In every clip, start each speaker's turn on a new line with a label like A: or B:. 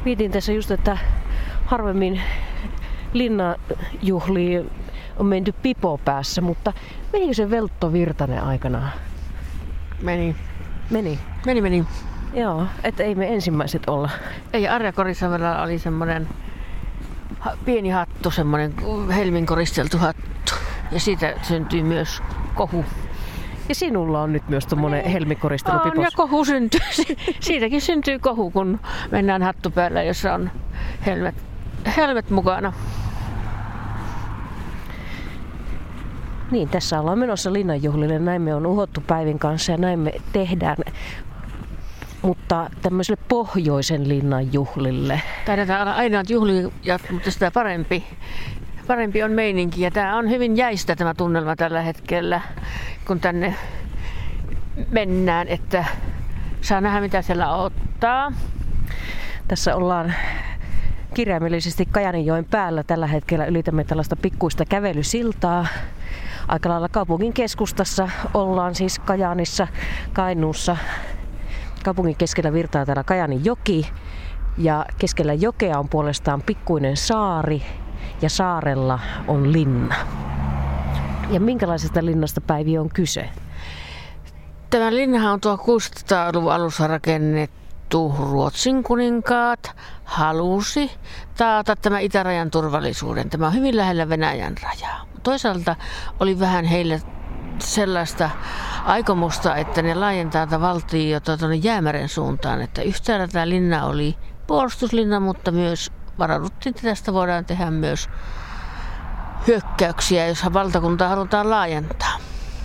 A: Mietin tässä just, että harvemmin linnajuhliin on menty pipo päässä, mutta menikö se Veltto Virtanen aikanaan?
B: Meni.
A: Meni. Joo, että ei me ensimmäiset olla.
B: Ei, Arja Korisavella oli semmoinen pieni hattu, semmoinen helmin koristeltu hattu. Ja siitä syntyi myös kohu.
A: Ja sinulla on nyt myös tommonen helmikoristelu-pipos.
B: Ja kohu syntyy. Siitäkin syntyy kohu, kun mennään hattu päällä, jossa on helmet mukana.
A: Niin, tässä ollaan menossa linnanjuhlille. Näin me on uhottu Päivin kanssa ja näin me tehdään. Mutta tämmöiselle pohjoisen linnanjuhlille.
B: Taidetaan olla ainoat juhlijat, mutta sitä parempi on meininki. Ja tää on hyvin jäistä tämä tunnelma tällä hetkellä, kun tänne mennään, että saa nähdä mitä siellä ottaa.
A: Tässä ollaan kirjaimellisesti Kajaninjoen päällä tällä hetkellä. Ylitämme tällaista pikkuista kävelysiltaa. Aika lailla kaupungin keskustassa ollaan siis Kajaanissa, Kainuussa. Kaupungin keskellä virtaa täällä Kajanin joki ja keskellä jokea on puolestaan pikkuinen saari ja saarella on linna. Ja minkälaisesta linnasta Päivi on kyse?
B: Tämä linnahan on 1600-luvun alussa rakennettu. Ruotsin kuninkaat halusi taata tämä itärajan turvallisuuden. Tämä on hyvin lähellä Venäjän rajaa. Toisaalta oli vähän heille sellaista aikomusta, että ne laajentaa tätä valtiota tuonne Jäämeren suuntaan. Että yhtäällä tämä linna oli puolustuslinna, mutta myös varauduttiin, että tästä voidaan tehdä myös hyökkäyksiä, jos valtakuntaa halutaan laajentaa.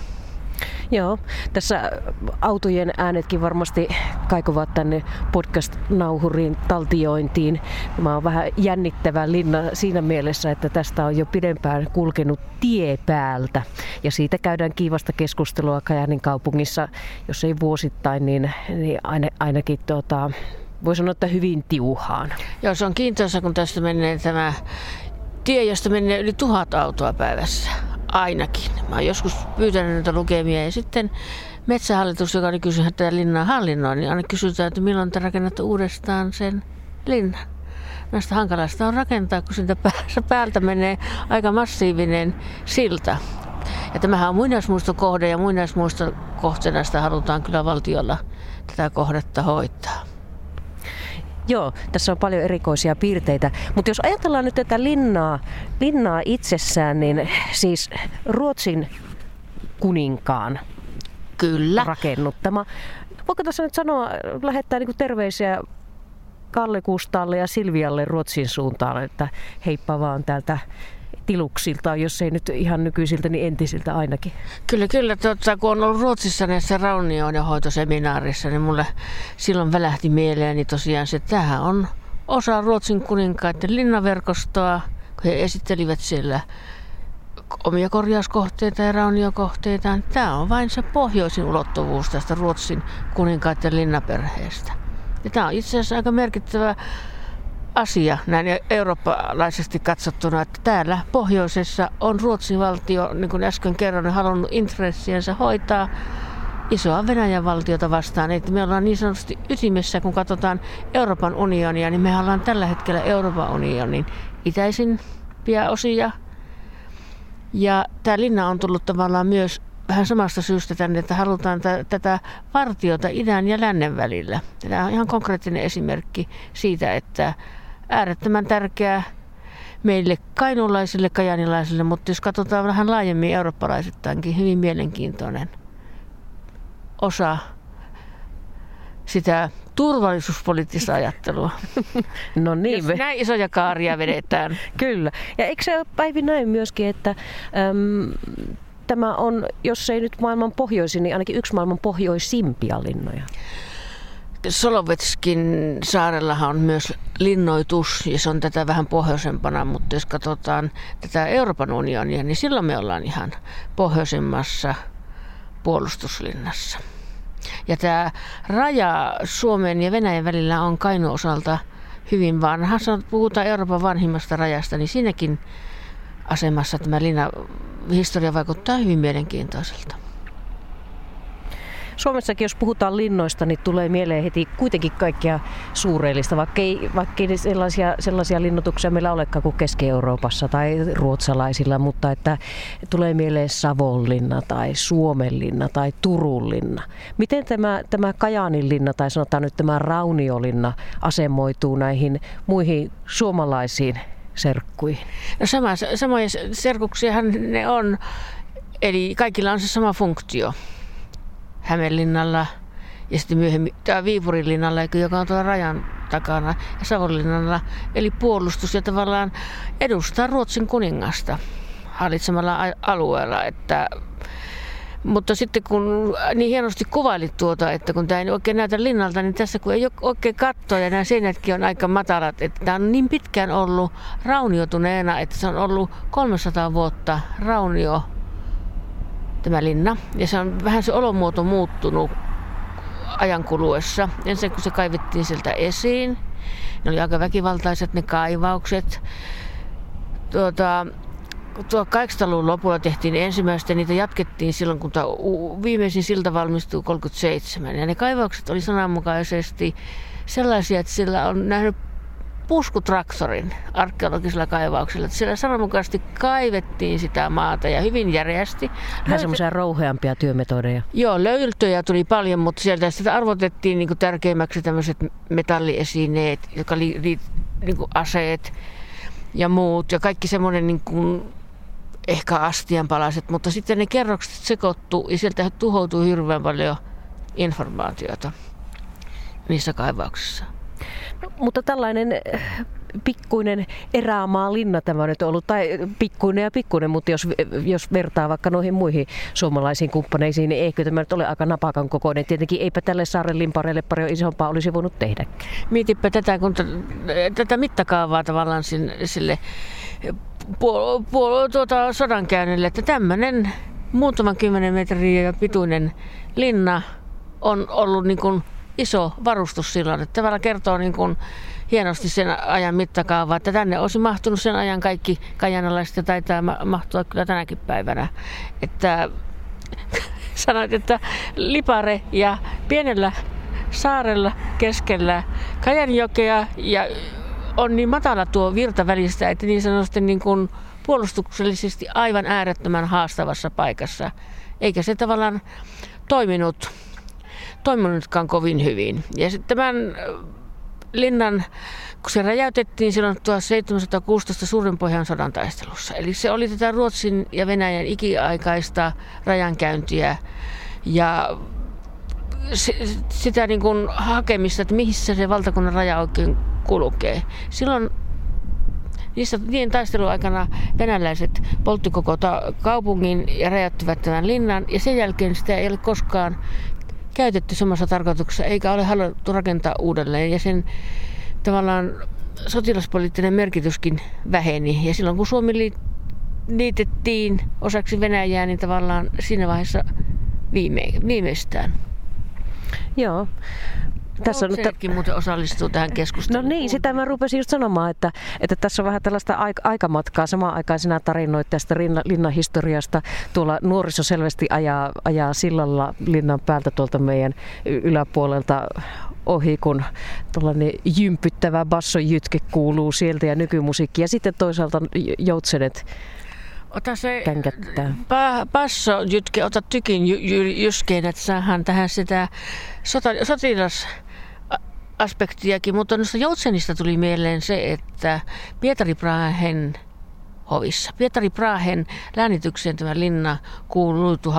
A: Joo, tässä autojen äänetkin varmasti kaikuvat tänne podcast-nauhuriin, taltiointiin. Tämä on vähän jännittävä linna siinä mielessä, että tästä on jo pidempään kulkenut tie päältä. Ja siitä käydään kiivasta keskustelua Kajaanin kaupungissa, jos ei vuosittain, niin ainakin voi sanoa, että hyvin tiuhaan.
B: Joo, se on kiintoisa, kun tästä menee tämä tie, josta menee yli 1000 autoa päivässä. Ainakin. Mä oon joskus pyytänyt näitä lukemia ja sitten Metsähallitus, joka oli kysynyt tätä linnaa hallinnoon, niin aina kysytään, että milloin te rakennatte uudestaan sen linnan. Näistä hankalaista on rakentaa, kun siitä päältä menee aika massiivinen silta. Ja tämähän on muinaismuistokohde ja muinaismuistokohteena sitä halutaan kyllä valtiolla tätä kohdetta hoitaa.
A: Joo, tässä on paljon erikoisia piirteitä, mutta jos ajatellaan nyt tätä linnaa itsessään, niin siis Ruotsin kuninkaan
B: kyllä
A: rakennuttama. Voiko tässä nyt sanoa, lähettää niin kuin terveisiä Kalle Kustalle ja Silvialle Ruotsin suuntaan, että heippa vaan täältä tiluksilta, jos ei nyt ihan nykyisiltä, niin entisiltä ainakin.
B: Kyllä. Kun on ollut Ruotsissa näissä raunioiden hoitoseminaarissa, niin mulle silloin välähti mieleeni tosiaan se, että tämähän on osa Ruotsin kuninkaiden linnaverkostoa, kun he esittelivät siellä omia korjauskohteita ja rauniokohteitaan. Tämä on vain se pohjoisin ulottuvuus tästä Ruotsin kuninkaiden linnaperheestä. Ja tämä on itse asiassa aika merkittävä asia näin eurooppalaisesti katsottuna, että täällä pohjoisessa on Ruotsin valtio, niin kuin äsken kerron, halunnut intressiensä hoitaa isoa Venäjän valtiota vastaan. Että me ollaan niin sanotusti ytimessä, kun katsotaan Euroopan unionia, niin me ollaan tällä hetkellä Euroopan unionin itäisimpiä osia. Ja tämä linna on tullut tavallaan myös vähän samasta syystä tänne, että halutaan tätä vartiota idän ja lännen välillä. Tämä on ihan konkreettinen esimerkki siitä, että äärettömän tärkeää meille kainuulaisille, kajanilaisille, mutta jos katsotaan vähän laajemmin eurooppalaisittainkin, hyvin mielenkiintoinen osa sitä turvallisuuspoliittista ajattelua.
A: No niin.
B: Jos näin isoja kaaria vedetään.
A: Kyllä. Ja eikö se Päivi näin myöskin, että tämä on, jos ei nyt maailman pohjoisin, niin ainakin yksi maailman pohjoisimpia linnoja?
B: Solovetskin saarellahan on myös linnoitus, ja se on tätä vähän pohjoisempana, mutta jos katsotaan tätä Euroopan unionia, niin silloin me ollaan ihan pohjoisimmassa puolustuslinnassa. Ja tämä raja Suomen ja Venäjän välillä on Kainuun osalta hyvin vanha. Puhutaan Euroopan vanhimmasta rajasta, niin siinäkin asemassa tämä linnahistoria vaikuttaa hyvin mielenkiintoiselta.
A: Suomessakin jos puhutaan linnoista, niin tulee mieleen heti kuitenkin kaikkia suureellista, vaikkei sellaisia linnoituksia meillä olekaan kuin Keski-Euroopassa tai ruotsalaisilla, mutta että tulee mieleen Savonlinna tai Suomenlinna tai Turunlinna. Miten tämä Kajaaninlinna tai sanotaan nyt tämä Rauniolinna asemoituu näihin muihin suomalaisiin serkkuihin?
B: No samoja serkuksiahan ne on, eli kaikilla on se sama funktio. Hämeenlinnalla ja sitten myöhemmin Viipurinlinnalla, joka on tuolla rajan takana, ja Savonlinnalla, eli puolustus ja tavallaan edustaa Ruotsin kuningasta hallitsemalla alueella. Mutta sitten kun niin hienosti kuvailit että kun tämä ei oikein näytä linnalta, niin tässä kun ei ole oikein kattoa ja nämä seinätkin on aika matalat, että tämä on niin pitkään ollut raunioituneena, että se on ollut 300 vuotta raunio, tämä linna. Ja se on vähän se olomuoto muuttunut ajan kuluessa. Ensin kun se kaivettiin sieltä esiin, ne oli aika väkivaltaiset ne kaivaukset. 1800-luvun lopulla tehtiin ensimmäistä, niitä jatkettiin silloin, kun viimeisin silta valmistui 37. Ja ne kaivaukset oli sananmukaisesti sellaisia, että sillä on nähnyt puskutraktorin arkeologisella kaivauksella. Että siellä sananmukaisesti kaivettiin sitä maata ja hyvin järeästi.
A: Vähän semmoisia rouheampia työmetodeja.
B: Joo, löytöjä tuli paljon, mutta sieltä sitä arvotettiin niin kuin tärkeimmäksi tämmöiset metalliesineet, jotka niin kuin aseet ja muut ja kaikki semmoinen niin kuin ehkä astianpalaset, mutta sitten ne kerrokset sekoittuu ja sieltä tuhoutui hirveän paljon informaatiota niissä kaivauksissa.
A: No, mutta tällainen pikkuinen erämaa linna tämä on nyt ollut, tai pikkuinen, mutta jos vertaa vaikka noihin muihin suomalaisiin kumppaneisiin, niin eikö tämä nyt ole aika napakan kokoinen. Tietenkin eipä tälle saaren limpareille paljon isompaa olisi voinut tehdä.
B: Mietipä tätä mittakaavaa tavallaan sille sodankäynnille, että tämmöinen muutaman 10 metriä pituinen linna on ollut niin kuin iso varustus silloin, että tavallaan kertoo niin kuin hienosti sen ajan mittakaavaa, että tänne olisi mahtunut sen ajan kaikki kajanalaiset ja taitaa mahtua kyllä tänäkin päivänä. Että sanoit, että Lipare ja pienellä saarella keskellä Kajanjokea ja on niin matala tuo virta välistä, että niin sanotusti niin kuin puolustuksellisesti aivan äärettömän haastavassa paikassa. Eikä se tavallaan toiminutkaan kovin hyvin. Ja sitten tämän linnan, kun se räjäytettiin silloin 1716 Suurenpohjan sodan taistelussa. Eli se oli tätä Ruotsin ja Venäjän ikiaikaista rajankäyntiä ja sitä niin kuin hakemista, että missä se valtakunnan raja oikein kulkee. Silloin niiden taistelun aikana venäläiset poltti koko kaupungin ja räjäyttivät tämän linnan ja sen jälkeen sitä ei ole koskaan käytetty samassa tarkoituksessa eikä ole haluttu rakentaa uudelleen ja sen tavallaan sotilaspoliittinen merkityskin väheni. Ja silloin kun Suomi liitettiin osaksi Venäjää, niin tavallaan siinä vaiheessa viimeistään.
A: Joo.
B: Tässä on nyt muuten osallistuu tähän keskusteluun.
A: No niin, sitä mä rupesin just sanomaan, että tässä on vähän tällaista aikamatkaa. Samaan aikaan sinä tarinoit tästä linnahistoriasta. Tuolla nuoriso selvästi ajaa sillalla linnan päältä tuolta meidän yläpuolelta ohi, kun tuollainen jympyttävä bassojytke kuuluu sieltä ja nykymusiikki. Ja sitten toisaalta joutsenet
B: ota se
A: känkättää.
B: Bassojytke, ota tykin jyskeen, että saadaan tähän sitä sotilasaspektiakin, mutta noista joutsenista tuli mieleen se, että Pietari-Prahen hovissa. Pietari-Prahen läänitykseen tämä linna kuului 1650-1681.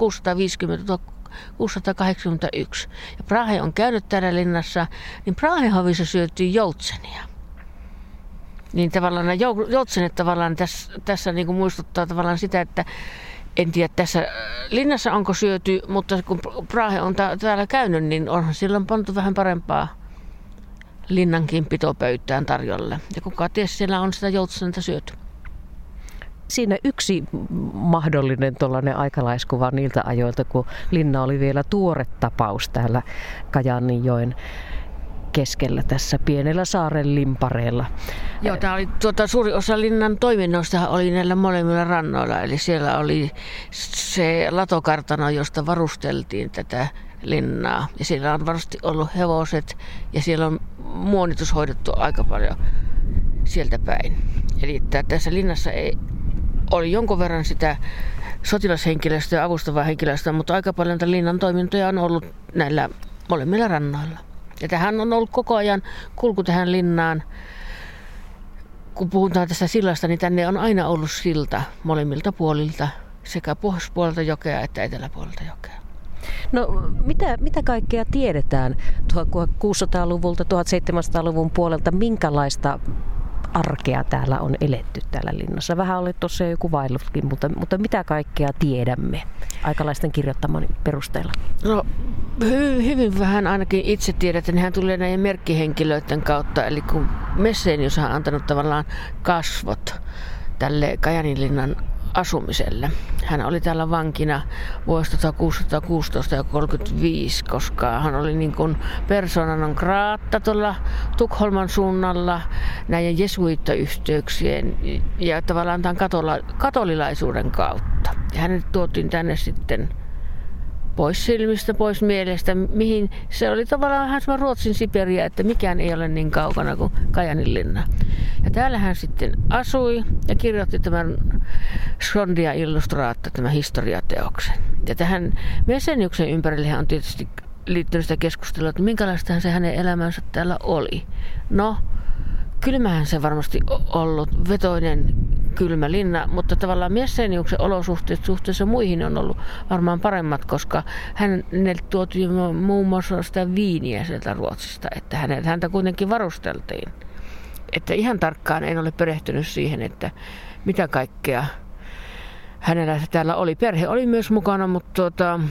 B: Ja Prahe on käynyt täällä linnassa, niin Prahen hovissa syötiin joutsenia. Niin tavallaan nämä joutsenet tavallaan tässä niin kuin muistuttaa tavallaan sitä, että en tiedä tässä linnassa onko syöty, mutta kun Prahe on täällä käynyt, niin onhan silloin pantu vähän parempaa linnankin pitopöytään tarjolle. Ja kuka ties, siellä on sitä joutsenetta syöty.
A: Siinä yksi mahdollinen tuollainen aikalaiskuva niiltä ajoilta, kun linna oli vielä tuore tapaus täällä Kajaaninjoen keskellä tässä pienellä saaren limpareella.
B: Joo, tämä oli suuri osa linnan toiminnoista oli näillä molemmilla rannoilla, eli siellä oli se latokartano, josta varusteltiin tätä linnaa. Ja siellä on varmasti ollut hevoset ja siellä on muonitus hoidettu aika paljon sieltä päin. Eli että tässä linnassa oli jonkun verran sitä sotilashenkilöstöä ja avustavaa henkilöstöä, mutta aika paljon linnan toimintoja on ollut näillä molemmilla rannoilla. Ja tähän on ollut koko ajan kulku tähän linnaan. Kun puhutaan tästä sillasta, niin tänne on aina ollut silta molemmilta puolilta, sekä pohjoispuolelta jokea että eteläpuolelta jokea.
A: No mitä kaikkea tiedetään 1600-luvulta, 1700-luvun puolelta, minkälaista arkea täällä on eletty täällä linnassa? Vähän olet tuossa jo kuvaillutkin, mutta mitä kaikkea tiedämme aikalaisten kirjoittaman perusteella?
B: No hyvin vähän ainakin itse tiedetään. Nehän tulee näiden merkkihenkilöiden kautta. Eli kun Messenius on antanut tavallaan kasvot tälle Kajaninlinnan asumiselle. Hän oli täällä vankina vuodesta 1616 ja 35, koska hän oli niin kuin persona non grata tuolla Tukholman suunnalla näiden jesuittayhteyksien ja tavallaan tämän katolilaisuuden kautta. Ja hänet tuotiin tänne sitten pois silmistä, pois mielestä, mihin se oli tavallaan vähän semmoinen Ruotsin Siberia, että mikään ei ole niin kaukana kuin Kajaninlinna. Ja täällä hän sitten asui ja kirjoitti tämän Skondia Illustrata, tämän historiateoksen. Ja tähän Messeniuksen ympärille on tietysti liittynyt sitä keskustelua, että minkälaista se hänen elämänsä täällä oli. No, kylmähän se varmasti ollut, vetoinen kylmä linna, mutta tavallaan Messeniuksen olosuhteet suhteessa muihin on ollut varmaan paremmat, koska hänelle tuotiin muun muassa sitä viiniä sieltä Ruotsista, että häntä kuitenkin varusteltiin. Että ihan tarkkaan en ole perehtynyt siihen, että mitä kaikkea hänellä täällä oli. Perhe oli myös mukana, mutta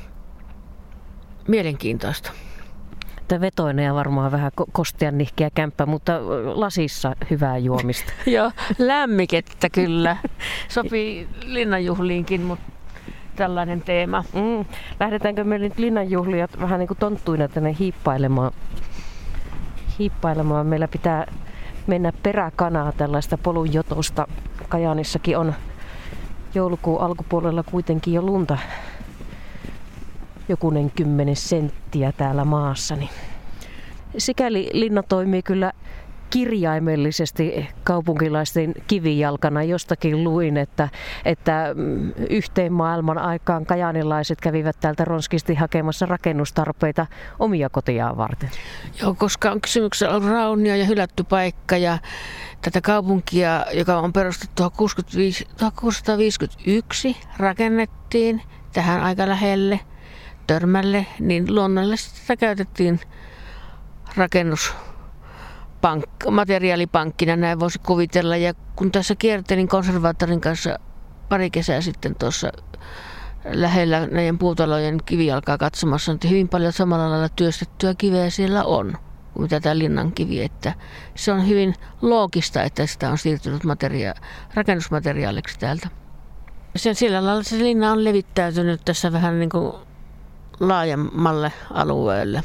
B: mielenkiintoista.
A: Vetoinen ja varmaan vähän kosteannihkeä kämppä, mutta lasissa hyvää juomista.
B: Joo, lämmikettä kyllä. Sopii linnanjuhliinkin, mutta tällainen teema.
A: Lähdetäänkö me nyt linnanjuhlijat vähän niin kuin tonttuina tänne hiippailemaan? Meillä pitää mennä peräkanaa tällaista polun jotosta. Kajaanissakin on joulukuun alkupuolella kuitenkin jo lunta jokunen 10 senttiä täällä maassa. Niin sikäli linna toimii kyllä kirjaimellisesti kaupunkilaisten kivijalkana. Jostakin luin, että yhteen maailman aikaan kajaanilaiset kävivät täältä ronskisti hakemassa rakennustarpeita omia kotiaan varten.
B: Joo, koska on kysymyksessä ollut raunio ja hylätty paikka ja tätä kaupunkia, joka on perustettu 1651, rakennettiin tähän aika lähelle Törmälle, niin luonnollisesti sitä käytettiin materiaalipankkina, näin voisi kuvitella. Ja kun tässä kiertelin konservaattorin kanssa pari kesää sitten tuossa lähellä näiden puutalojen kivijalkaa katsomassa, että hyvin paljon samalla lailla työstettyä kiveä siellä on kuin mitä tämä linnan kivi. Että se on hyvin loogista, että sitä on siirtynyt rakennusmateriaaliksi täältä. Sillä lailla se linna on levittäytynyt tässä vähän niin kuin laajemmalle alueelle.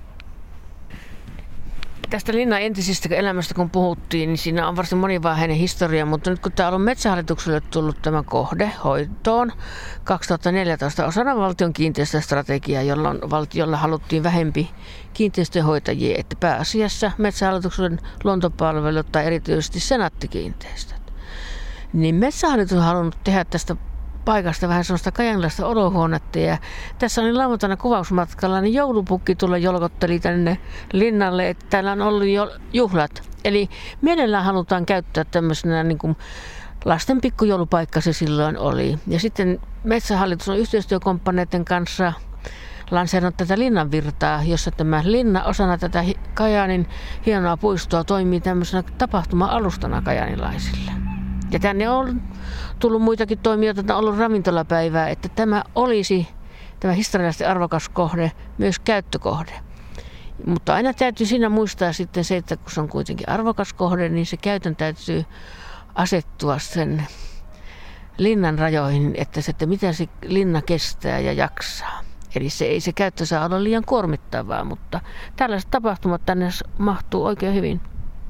B: Tästä linnan entisistä elämästä kun puhuttiin, niin siinä on varsin monivaiheinen historia, mutta nyt kun tämä on Metsähallitukselle tullut tämä kohde hoitoon 2014 osana valtion kiinteistöstrategiaa, jolla haluttiin vähempi kiinteistöhoitajia, että pääasiassa Metsähallituksen luontopalvelut tai erityisesti Senaatti-kiinteistöt. Niin Metsähallitus on halunnut tehdä tästä paikasta vähän sellaista kajanilaista olohuonetta ja tässä oli lauantaina kuvausmatkalla, niin joulupukki jolkotteli tänne linnalle, että täällä on ollut jo juhlat. Eli mielellään halutaan käyttää tämmöisenä niin kuin lasten pikkujoulupaikka se silloin oli. Ja sitten Metsähallitus on yhteistyökumppaneiden kanssa lanseerannut tätä linnanvirtaa, jossa tämä linna osana tätä Kajaanin hienoa puistoa toimii tämmöisenä tapahtuma-alustana kajanilaisille. Ja tänne on tullut muitakin toimijoita, on ollut ravintolapäivää, että tämä olisi tämä historiallisesti arvokas kohde, myös käyttökohde. Mutta aina täytyy siinä muistaa sitten se, että kun se on kuitenkin arvokas kohde, niin se käytön täytyy asettua sen linnan rajoihin, että miten se linna kestää ja jaksaa. Eli se käyttö saa olla liian kuormittavaa, mutta tällaiset tapahtumat tänne mahtuu oikein hyvin.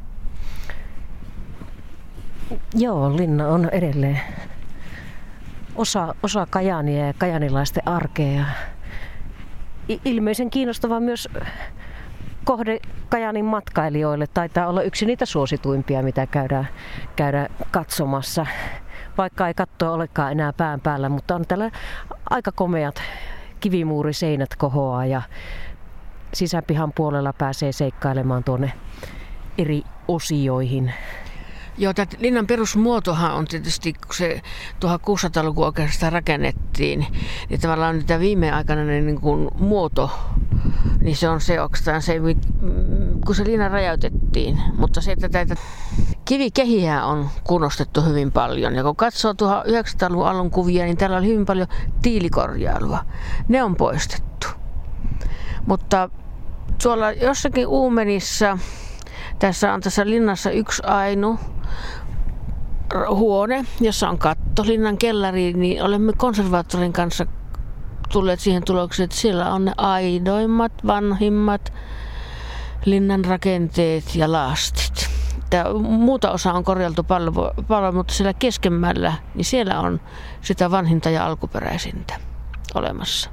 A: Joo, linna on edelleen osa Kajaania ja kajanilaisten arkea. ilmeisen kiinnostava myös kohde Kajaanin matkailijoille. Taitaa olla yksi niitä suosituimpia, mitä käydään katsomassa. Vaikka ei kattoa olekaan enää pään päällä, mutta on täällä aika komeat kivimuuriseinät kohoaa ja sisäpihan puolella pääsee seikkailemaan tuonne eri osioihin.
B: Joo, tämä linnan perusmuotohan on tietysti, kun se 1600-luvun oikeastaan rakennettiin, niin tavallaan niitä viime aikana niin kuin muoto, niin se on se oikeastaan se, kun se linna räjäytettiin. Mutta se, että näitä kivikehiä on kunnostettu hyvin paljon. Ja kun katsoo 1900-luvun alun kuvia, niin täällä oli hyvin paljon tiilikorjailua. Ne on poistettu. Mutta tuolla jossakin Uumenissa, tässä linnassa yksi ainu huone, jossa on katto, linnan kellari, niin olemme konservaattorin kanssa tulleet siihen tulokseen, että siellä on ne aidoimmat, vanhimmat linnan rakenteet ja laastit. Tämä muuta osa on korjaltu paljon, mutta siellä keskemmällä, niin siellä on sitä vanhinta ja alkuperäisintä olemassa.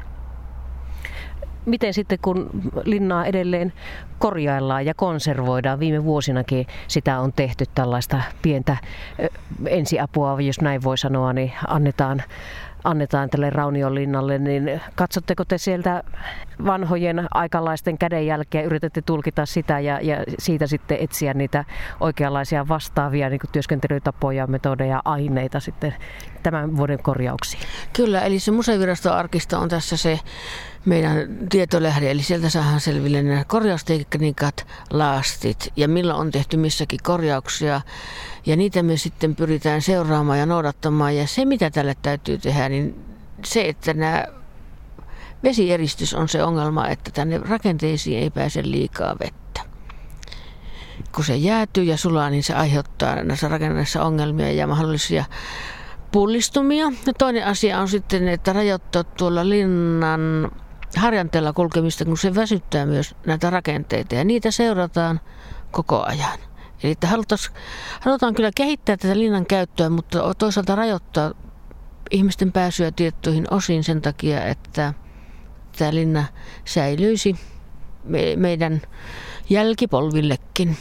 A: Miten sitten, kun linnaa edelleen korjaillaan ja konservoidaan, viime vuosinakin sitä on tehty tällaista pientä ensiapua, jos näin voi sanoa, niin annetaan tälle Raunionlinnalle, niin katsotteko te sieltä vanhojen aikalaisten kädenjälkeä, yritätte tulkita sitä ja siitä sitten etsiä niitä oikeanlaisia vastaavia niin kuin työskentelytapoja, metodeja, aineita sitten tämän vuoden korjauksiin?
B: Kyllä, eli se Museoviraston arkisto on tässä se meidän tietolähde, eli sieltä saadaan selville nämä korjaustekniikat, laastit ja milloin on tehty missäkin korjauksia. Ja niitä me sitten pyritään seuraamaan ja noudattamaan. Ja se, mitä tälle täytyy tehdä, niin se, että nämä vesieristys on se ongelma, että tänne rakenteisiin ei pääse liikaa vettä. Kun se jäätyy ja sulaa, niin se aiheuttaa näissä rakenteissa ongelmia ja mahdollisia pullistumia. Ja toinen asia on sitten, että rajoittaa tuolla linnan harjanteella kulkemista, kun se väsyttää myös näitä rakenteita. Ja niitä seurataan koko ajan. Eli että halutaan kyllä kehittää tätä linnan käyttöä, mutta toisaalta rajoittaa ihmisten pääsyä tiettyihin osiin sen takia, että tämä linna säilyisi meidän jälkipolvillekin.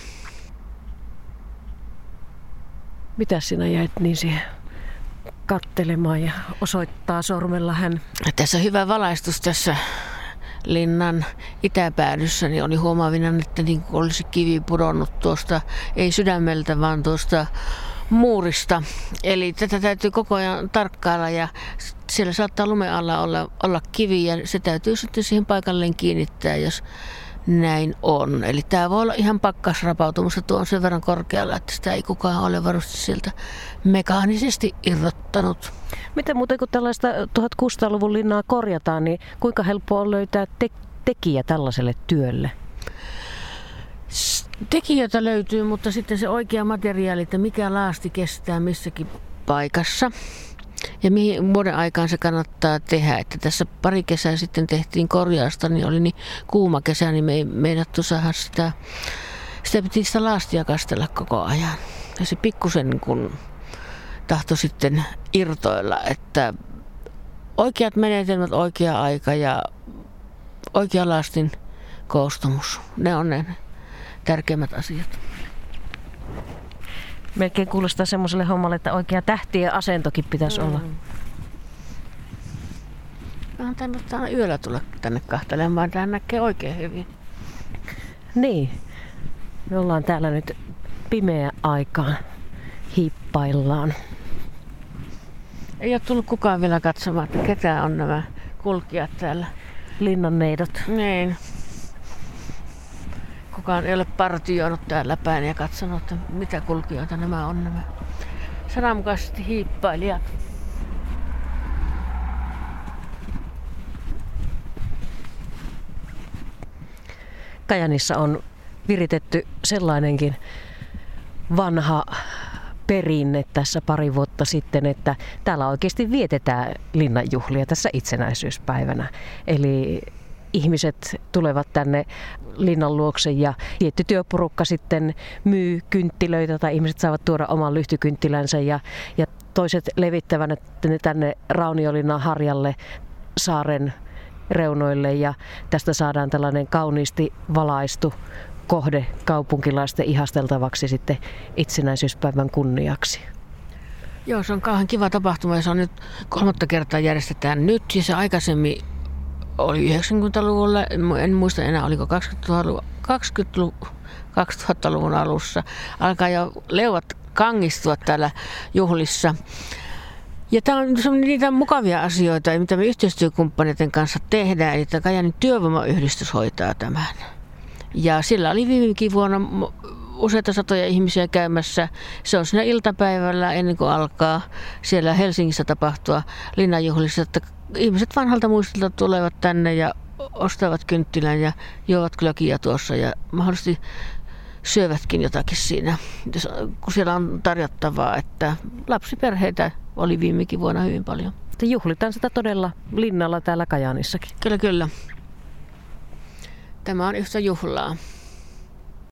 A: Mitä sinä jäit niin siihen kattelemaan ja osoittaa sormella hän?
B: Tässä on hyvä valaistus tässä linnan itäpäädyssä, niin oli huomaavina, että niin kuin olisi kivi pudonnut tuosta, ei sydämeltä, vaan tuosta muurista. Eli tätä täytyy koko ajan tarkkailla ja siellä saattaa lumen alla olla kivi ja se täytyy sitten siihen paikalleen kiinnittää, jos näin on. Eli tämä voi olla ihan pakkasrapautumusta, tuo on sen verran korkealla, että sitä ei kukaan ole varmasti sieltä mekaanisesti irrottanut.
A: Miten muuten kun tällaista 1600-luvun linnaa korjataan, niin kuinka helppoa on löytää tekijä tällaiselle työlle?
B: Tekijöitä löytyy, mutta sitten se oikea materiaali, että mikä laasti kestää missäkin paikassa ja mihin vuoden aikaan se kannattaa tehdä. Että tässä pari kesää sitten tehtiin korjausta, niin oli niin kuuma kesä, niin me ei meinattu saada sitä piti sitä laastia kastella koko ajan. Ja se pikkusen kun tahtoi sitten irtoilla, että oikeat menetelmät, oikea aika ja oikea laastin koostumus, ne on ne tärkeimmät asiat.
A: Melkein kuulostaa semmoiselle hommalle, että oikea tähtien asentokin pitäisi olla.
B: Vähän tänne yöllä tulla tänne kahtelemaan, tähän näkee oikein hyvin.
A: Niin. Me ollaan täällä nyt pimeä aikaan. Hiippaillaan.
B: Ei ole tullut kukaan vielä katsomaan, että ketä on nämä kulkijat täällä.
A: Linnanneidot.
B: Niin. Kukaan ei ole partioinut täällä päin ja katsonut, että mitä kulkijoita nämä on nämä sananmukaisesti hiippailijat.
A: Kajaanissa on viritetty sellainenkin vanha perinne tässä pari vuotta sitten, että täällä oikeasti vietetään linnanjuhlia tässä itsenäisyyspäivänä. Eli ihmiset tulevat tänne linnan luokse ja tietty työporukka sitten myy kynttilöitä tai ihmiset saavat tuoda oman lyhtykynttilänsä ja toiset levittävät ne tänne Raunionlinnan harjalle saaren reunoille ja tästä saadaan tällainen kauniisti valaistu kohde kaupunkilaisten ihasteltavaksi sitten itsenäisyyspäivän kunniaksi.
B: Joo, se on kauhean kiva tapahtuma ja se on nyt 3. kertaa järjestetään nyt ja se aikaisemmin oli 90-luvulla, en muista enää oliko 2000-luvun alussa. Alkaa jo leuat kangistua täällä juhlissa. Ja tämä on niitä mukavia asioita, mitä me yhteistyökumppaneiden kanssa tehdään. Eli Kajaanin työvoimayhdistys hoitaa tämän. Ja sillä oli viimekin vuonna useita satoja ihmisiä käymässä. Se on siinä iltapäivällä ennen kuin alkaa siellä Helsingissä tapahtua linnanjuhlissa, että ihmiset vanhalta muistilta tulevat tänne ja ostavat kynttilän ja juovat glögiä tuossa ja mahdollisesti syövätkin jotakin siinä, kun siellä on tarjottavaa, että lapsiperheitä oli viimekin vuonna hyvin paljon.
A: Juhlitaan sitä todella linnalla täällä Kajaanissakin.
B: Kyllä, kyllä. Tämä on yhtä juhlaa.